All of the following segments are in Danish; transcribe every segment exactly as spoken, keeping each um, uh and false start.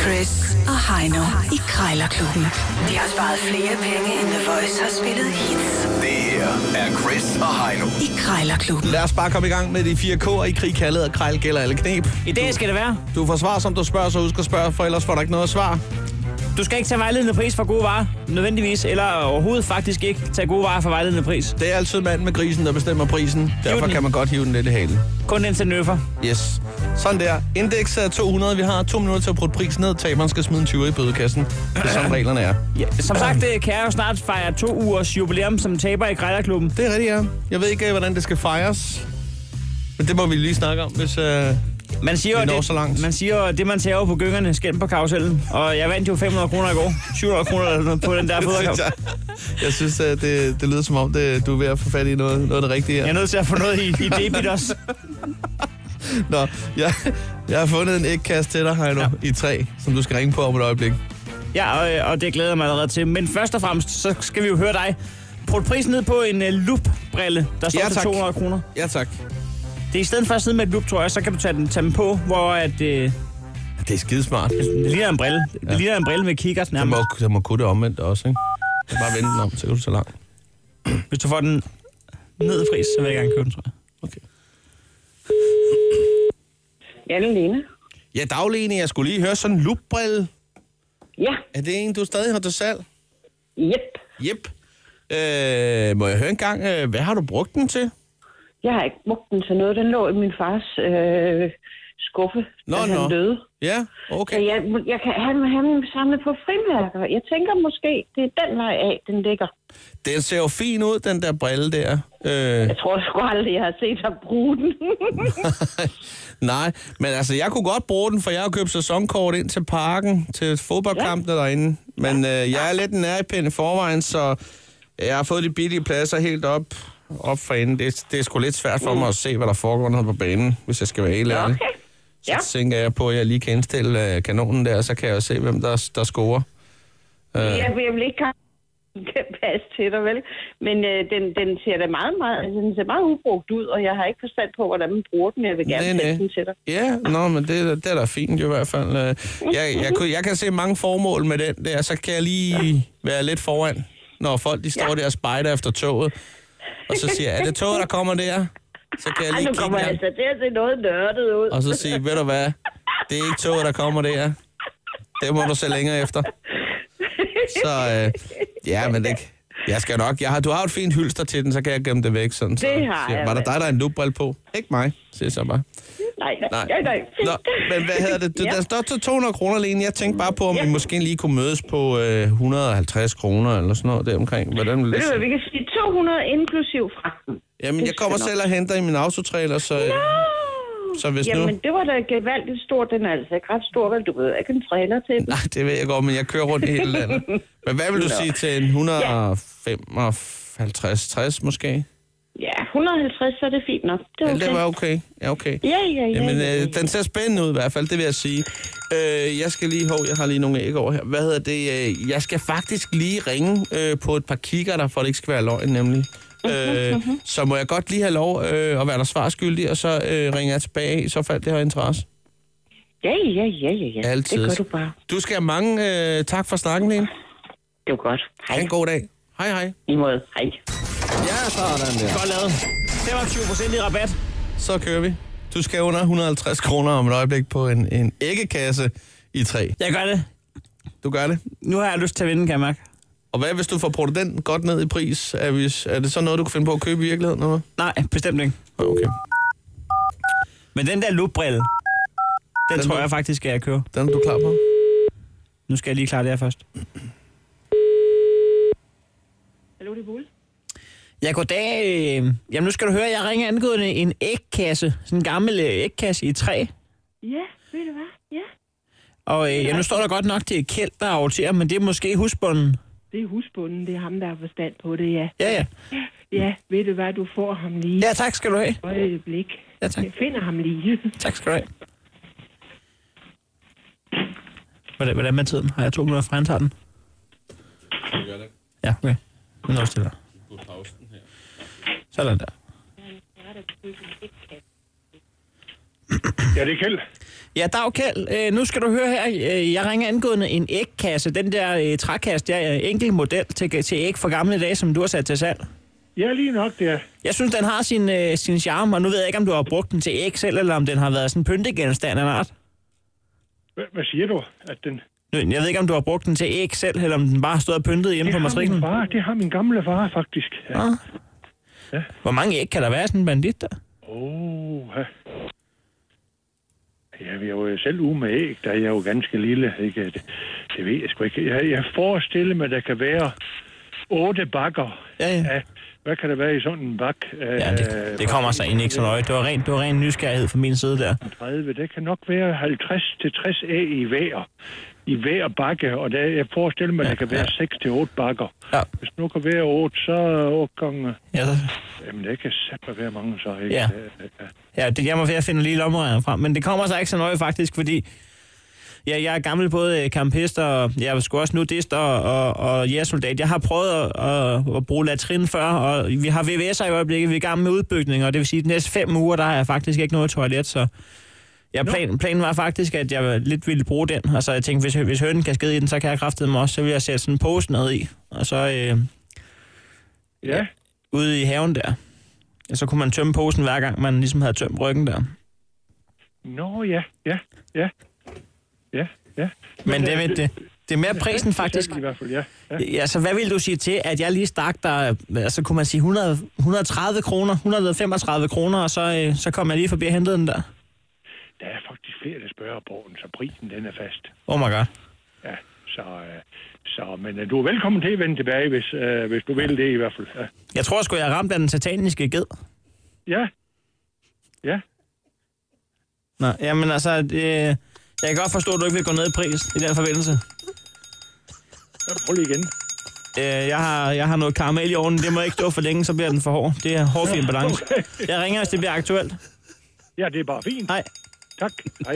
Chris og Heino i Krejlerklubben. De har sparet flere penge, end The Voice har spillet hits. Det her er Chris og Heino i Krejlerklubben. Lad os bare komme i gang med de fire K'er i krig, kaldet og krejl, gælder alle knep. I dag skal det være. Du får svar, som du spørger, så husk at spørge, for ellers får du ikke noget svar. Du skal ikke tage vejledende pris for gode varer, nødvendigvis, eller overhovedet faktisk ikke tage gode varer for vejledende pris. Det er altid manden med grisen, der bestemmer prisen. Derfor kan man godt hive den lidt i halen. Kun indtil nøffer. Yes. Sådan der. Indeks er to hundrede. Vi har to minutter til at putte prisen ned. Taberen skal smide en tyver i bødekassen. Det er sådan reglerne er. Ja, som sagt kan jeg jo snart fejre to ugers jubilæum som taber i Krejlerklubben. Det er rigtigt, ja. Jeg ved ikke, hvordan det skal fejres. Men det må vi lige snakke om, hvis... Uh... Man siger, jo, det, så langt. man siger jo, det man tager på gyngerne, skænd på karusellen. Og jeg vandt jo fem hundrede kroner i går. syv hundrede kroner på den der fodboldkamp. jeg, jeg synes, at det, det lyder som om, det, du er ved at få fat i noget, noget af det rigtige her. Jeg er nødt til at få noget i, i debit også. Nå, jeg, jeg har fundet en ægkasse til dig, Heino, ja. i træ, som du skal ringe på om et øjeblik. Ja, og, og det glæder jeg mig allerede til. Men først og fremmest, så skal vi jo høre dig. Prøv prisen ned på en uh, loop-brille, der står ja, til to hundrede kroner. Ja, tak. Det er i stedet for at sidde med et loop, tror jeg, så kan du tage den, tage den på, hvor at... Øh, det er skidesmart. Det, det ligner en brille. Det ja. ligner en brille med kikkert nærmest. Så må, så må kunne det omvendt også, ikke? Jeg bare vente den om, så kan du så langt. Hvis du får den ned i pris, så vil jeg gerne købe den, tror jeg. Okay. Ja, det er Lene. Ja, dag Lene. Jeg skulle lige høre sådan en loop-brille. Ja. Er det en, du stadig har til salg? Yep. Yep. Øh, må jeg høre en gang, øh, hvad har du brugt den til? Jeg har ikke brugt den til noget. Den lå i min fars øh, skuffe, nå, da nå. han døde. Ja, okay. Så jeg, jeg kan have ham samlet på frimærker. Jeg tænker måske, det er den vej af, den ligger. Den ser jo fin ud, den der brille der. Øh... Jeg tror sgu aldrig, jeg har set ham bruge den. Nej, men altså, jeg kunne godt bruge den, for jeg har købt sæsonkort ind til parken, til fodboldkampene ja. derinde. Men øh, jeg er lidt en nærpind i forvejen, så jeg har fået de billige pladser helt op. op for enden. Det, det er sgu lidt svært for mig at se, hvad der foregår nede på banen, hvis jeg skal være helt ærlig. Okay. Så ja. tænker jeg på, at jeg lige kan indstille uh, kanonen der, så kan jeg jo se, hvem der, der scorer. Uh. Jeg, jeg vil ikke kan passe til dig, vel? Men øh, den, den ser da meget, meget, altså, den ser meget ubrugt ud, og jeg har ikke forstand på, hvordan man bruger den. Jeg vil gerne sætte den til dig. Ja, nå, men det, det er da fint jo i hvert fald. Jeg, jeg, jeg kan se mange formål med den der, så kan jeg lige være lidt foran, når folk de står ja. der og spejder efter toget. Og så siger jeg, er det toget, der kommer der? Så kan jeg lige Ej, nu kommer jeg altså til at se noget nørdet ud. Og så sige, ved du hvad, det er ikke toget, der kommer der. Det må du se længere efter. Så øh, ja, men det, jeg skal nok. Jeg har, du har et fint hylster til den, så kan jeg gemme det væk. Sådan, så, det har siger, jeg. Var der dig, der er en loopbrille på? Ikke mig, siger så bare. Nej, nej, nej. nej. Nå, men hvad hedder det? Du, ja. Der står til to hundrede kroner, Lene. Jeg tænkte bare på, om ja. vi måske lige kunne mødes på øh, et hundrede og halvtreds kroner eller sådan noget deromkring. Hvordan vil det sige? Vi kan sige to hundrede inklusiv fragten. Jamen, jeg kommer selv og henter i min autotrailer, så... No! Så hvis Jamen, nu... det var da gevaldigt stort. Den er altså ikke ret stor, vel? Du ved ikke en trailer til den. Nej, det ved jeg godt, men jeg kører rundt i hele landet. Men hvad vil du no. sige til en et hundrede og femoghalvtreds tres måske? Ja, et hundrede og halvtreds, så er det fint nok. Det, okay. ja, det var okay. Ja, okay. Ja, ja, ja. Jamen, ja, ja, ja. Øh, den ser spændende ud i hvert fald, det vil jeg sige. Øh, jeg skal lige... Hov, jeg har lige nogle æg over her. Hvad hedder det? Øh, jeg skal faktisk lige ringe øh, på et par kikkerter, for det ikke skal være løgn, nemlig. Øh, uh-huh. Så må jeg godt lige have lov øh, at være der svarskyldig, og så øh, ringer jeg tilbage, i så fald det har interesse. Ja, ja, ja, ja, ja. Altid. Det gør du bare. Du skal have mange øh, tak for snakken, Lene. Det var godt. Hej. Ha' en god dag. Hej, hej. I måde. Hej. Ja, sådan der. Godt lavet. femogtyve procent i rabat. Så kører vi. Du skal under et hundrede og halvtreds kroner om et øjeblik på en, en æggekasse i træ. Jeg gør det. Du gør det? Nu har jeg lyst til at vinde, kan jeg mærke. Og hvad hvis du får brugt den godt ned i pris? Er, vi, er det så noget, du kan finde på at købe i virkeligheden? Eller? Nej, bestemt ikke. Okay. Men den der loopbrille, den, den tror du, jeg faktisk skal jeg køre. Den er du klar på? Nu skal jeg lige klare det her først. Hallo, det er Bull. Ja, goddag. Jamen, nu skal du høre, jeg ringer angående en ægkasse. Sådan en gammel ægkasse i træ. Ja, ved du hvad? Ja. Og øh, ja, nu står der godt nok, det er Kjeld, der afroterer, men det er måske husbunden. Det er husbunden, det er ham, der har forstand på det, ja. Ja, ja. Ja, ved du hvad, du får ham lige. Ja, tak skal du have. Og et blik. Ja, tak. Jeg finder ham lige. Tak skal du have. Hvordan, hvordan med tiden? Har jeg to minutter fra, han tager den? Jeg gør det. Ja, okay. Nu er stille. På pausen her. Sådan der. Ja, det er Kjeld. Ja, Dag Kjeld, øh, nu skal du høre her. Øh, jeg ringer angående en ægkasse. Den der øh, trækasse, der er enkel model til, til æg for gamle dage, som du har sat til salg. Ja, lige nok, det er. Jeg synes, den har sin, øh, sin charme, og nu ved jeg ikke, om du har brugt den til æg selv, eller om den har været sådan en pyntegenstand eller noget. Hvad siger du? At den... Jeg ved ikke, om du har brugt den til æg selv, eller om den bare har stået og pyntet hjemme det på matriklen. Far, det har min gamle far faktisk. Ja. Ah. Ja. Hvor mange æg kan der være sådan en bandit der? Åh, oh, ja. Jeg er jo selv ude med æg, der er jeg jo ganske lille. Ikke? Det, det ved jeg sgu ikke. Jeg, jeg forestiller mig, at der kan være otte bakker. Ja, ja. Af, hvad kan der være i sådan en bak? Ja, det, det kommer så egentlig ikke så nøje. Det var ren, det var ren nysgerrighed fra min side der. tredive, det kan nok være halvtreds til tres æg i hver. I hver bakke, og der, jeg forestiller mig, at der kan være seks til otte bakker. Ja. Hvis nu kan være otte, så otte gange... Ja, så... Jamen, det kan sætte være mange så, ikke? Ja, ja det, jeg må ved at finde lige lommeregneren frem, men det kommer så ikke så nøje faktisk, fordi ja, jeg er gammel både campist, og jeg er sgu også nudist og, og, og jægersoldat. Jeg har prøvet at, at, at bruge latrin før, og vi har V V S'er i øjeblikket, vi er i gang med udbygning, og det vil sige, at de næste fem uger, der har jeg faktisk ikke noget toilet, så... Ja, plan, planen var faktisk, at jeg lidt ville bruge den. Altså, jeg tænkte, hvis, hvis hønen kan skide i den, så kan jeg kraftedeme også. Så vil jeg sætte sådan en pose ned i. Og så øh, ja. ude i haven der. Ja, så kunne man tømme posen hver gang, man ligesom havde tømt ryggen der. Nå, ja, ja, ja. Ja, ja. Men det, det, det, det er mere prisen faktisk. I hvert fald, ja. Ja. Ja, så hvad vil du sige til, at jeg lige stak der, altså kunne man sige hundrede, hundrede og tredive kroner, hundrede og femogtredive kroner, og så, øh, så kom jeg lige forbi og hentede den der? Der er faktisk flere, der spørger på den, så prisen den er fast. Oh my god. Ja, så, øh, så men øh, du er velkommen til at vende tilbage, hvis, øh, hvis du vil det i hvert fald. Ja. Jeg tror sgu, jeg har ramt af den sataniske ged. Ja. Ja. Nå, jamen altså, det, jeg kan godt forstå, at du ikke vil gå ned i pris i den forbindelse. Ja, prøv lige igen. Øh, jeg, har, jeg har noget karamel i ovnen, det må ikke stå for længe, så bliver den for hård. Det er hårfin balance. Okay. Jeg ringer, hvis det bliver aktuelt. Ja, det er bare fint. Nej. Tak. Hej.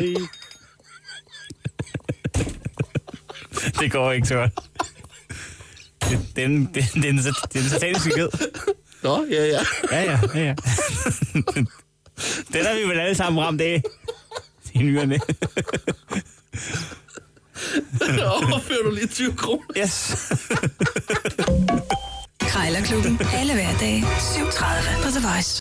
Det går ikke så godt. Det, det, er en, det, det, er en, det er en sataniske ged. Nå, ja, ja. Ja, ja, ja, ja. Den har vi vel alle sammen ramt af. I nyerne. Overfører du lige tyve kroner? Yes. Krejlerklubben. Alle hverdage. syv tredive på The Voice.